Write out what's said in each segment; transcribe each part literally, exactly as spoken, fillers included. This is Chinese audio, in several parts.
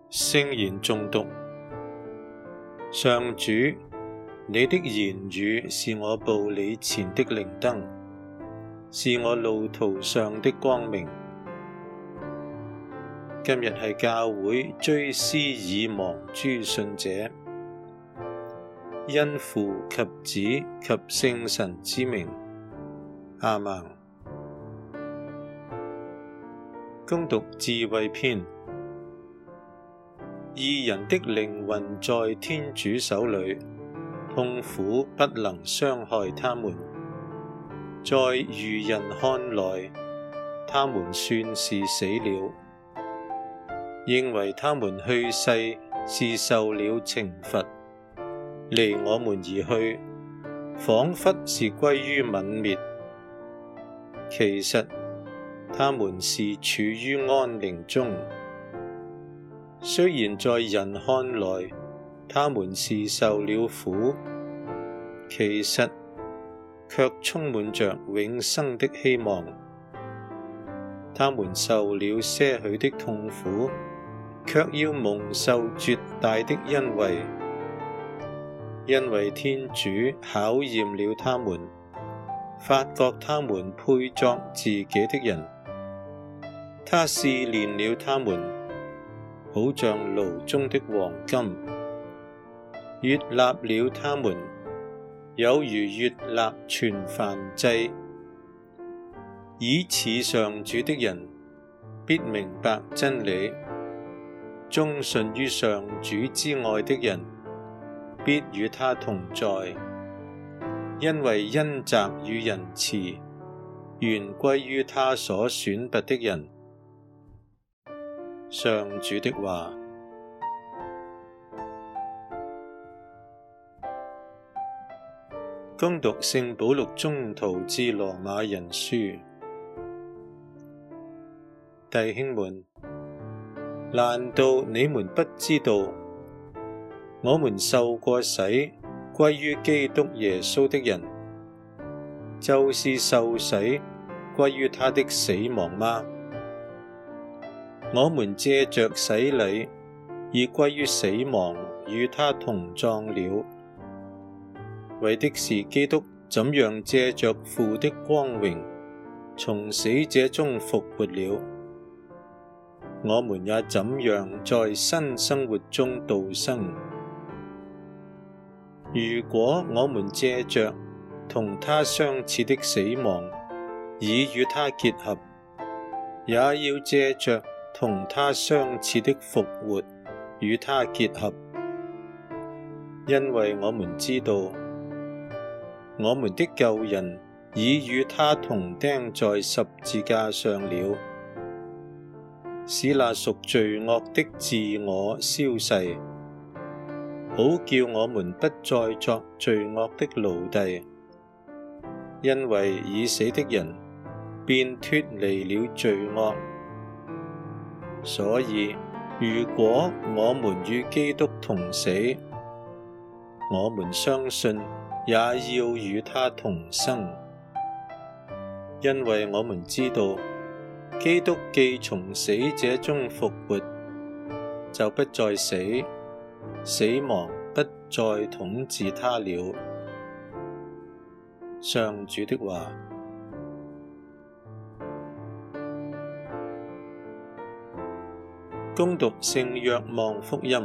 聖言誦讀。上主，你的言語是我步履前的靈燈，是我路途上的光明。今日係教會追思已亡諸信者，因父及子及聖神之名，阿們。恭讀智慧篇。義人的靈魂在天主手裏，痛苦不能傷害他們。在愚人看來，他們算是死了，認為他們去世是受了懲罰，離我們而去，仿佛是歸於泯滅。其實，他們是處於安寧中。雖然在人看來，他們是受了苦，其實卻充滿着永生的希望。他們受了些許的痛苦，卻要蒙受絕大的恩惠，因為天主考驗了他們，發覺他們配作自己的人。他試煉了他們，好像爐中的黃金，悅納了他們，有如悅納全燔祭。倚恃上主的人，必明白真理；忠信於上主之愛的人，必與他同在。因為恩澤與仁慈，原歸於他所選拔的人。上主的話。恭讀聖保祿宗徒致羅馬人書。弟兄們，難道你們不知道，我們受過洗歸於基督耶穌的人，就是受洗歸於他的死亡嗎？我們借着洗禮，已歸於死亡，與他同葬了，為的是基督怎樣借着父的光榮，從死者中復活了，我們也怎樣在新生活中度生。如果我們借着同他相似的死亡，已與他結合，也要借着同他相似的復活，與他結合，因為我們知道，我們的舊人已與他同釘在十字架上了，使那屬罪惡的自我消逝，好叫我們不再作罪惡的奴隸。因為已死的人便脫離了罪惡。所以，如果我們與基督同死，我們相信也要與他同生，因為我們知道，基督既從死者中復活，就不再死，死亡不再統治他了。上主的話。恭讀聖若望福音。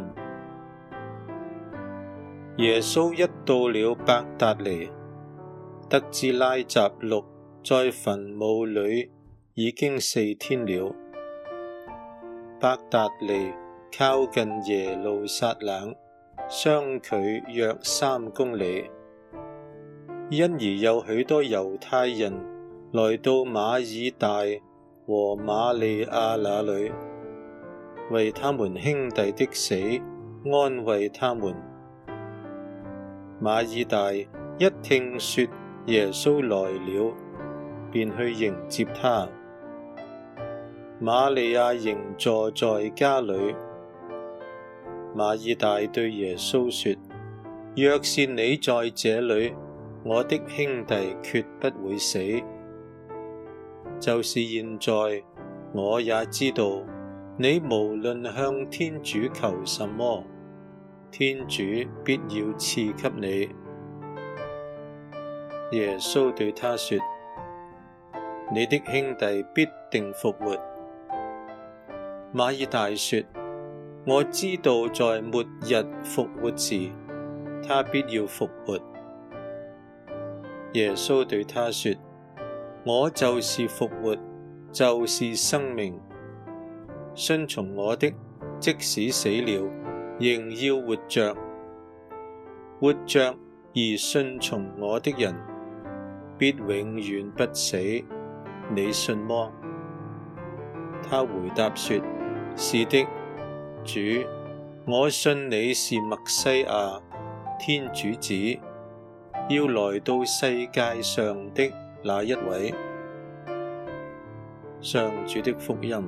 耶穌一到了伯達尼，得知拉匝祿在墳墓裏已經四天了。伯達尼靠近耶路撒冷，相距約三公里。因而有許多猶太人來到馬爾大和瑪利亞那裏，為他們兄弟的死安慰他們。馬爾大一聽說耶穌來了，便去迎接他。瑪利亞仍坐在家裏。馬爾大對耶穌說：若是你在這裏，我的兄弟決不會死。就是現在，我也知道你無論向天主求什麼，天主必要賜給你。耶穌對他說：你的兄弟必定復活。馬爾大說：我知道在末日復活時，他必要復活。耶穌對他說：我就是復活，就是生命。信從我的，即使死了，仍要活着；活着而信從我的人，必永遠不死。你信麼？他回答說：是的，主，我信你是默西亞，天主子，要來到世界上的那一位。上主的福音。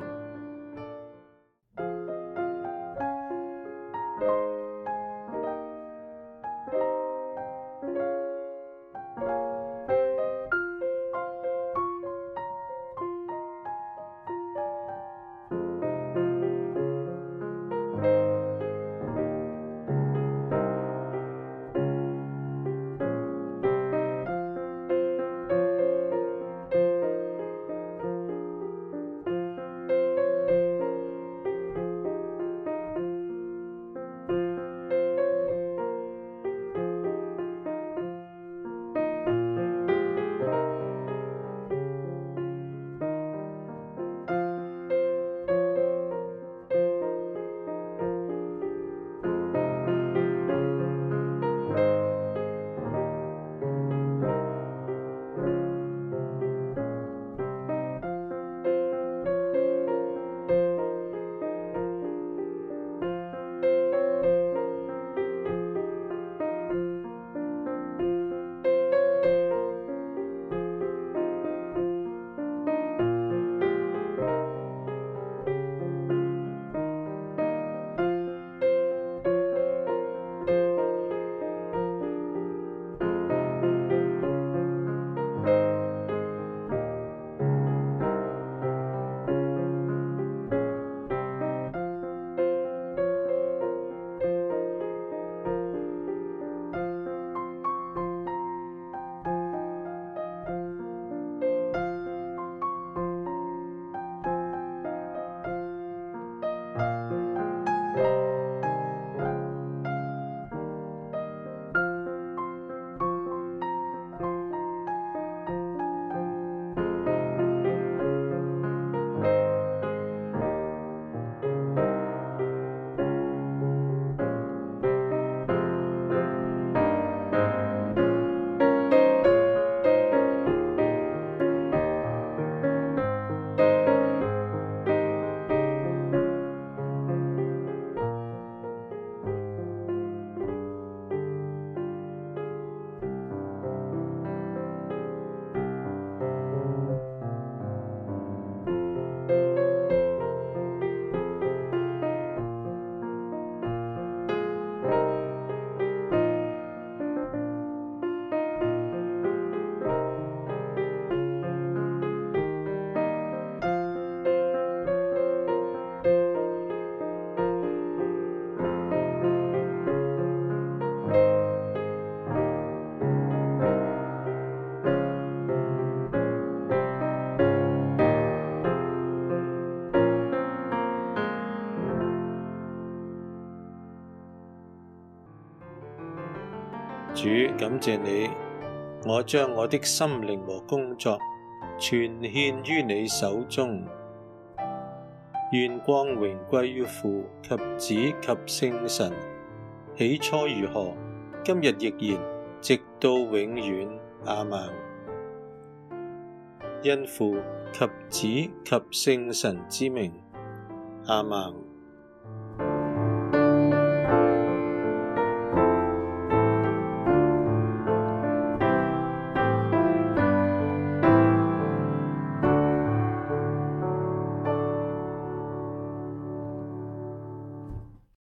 主，感謝你，我將我的心靈和工作全獻於你手中。願光榮歸於父及子及聖神，起初如何，今日亦然，直到永遠。阿們。因父及子及聖神之名。阿們。